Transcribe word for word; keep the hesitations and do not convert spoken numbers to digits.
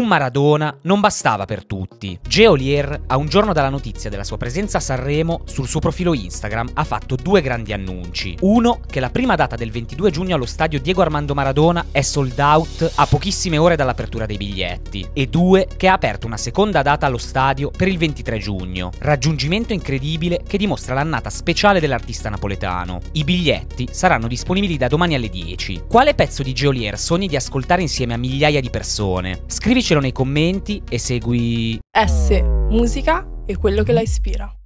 Un Maradona non bastava per tutti. Geolier, a un giorno dalla notizia della sua presenza a Sanremo, sul suo profilo Instagram ha fatto due grandi annunci. Uno, che la prima data del ventidue giugno allo stadio Diego Armando Maradona è sold out a pochissime ore dall'apertura dei biglietti. E due, che ha aperto una seconda data allo stadio per il ventitré giugno. Raggiungimento incredibile che dimostra l'annata speciale dell'artista napoletano. I biglietti saranno disponibili da domani alle dieci. Quale pezzo di Geolier sogni di ascoltare insieme a migliaia di persone? Scrivicelo nei commenti e segui S, musica e quello che la ispira.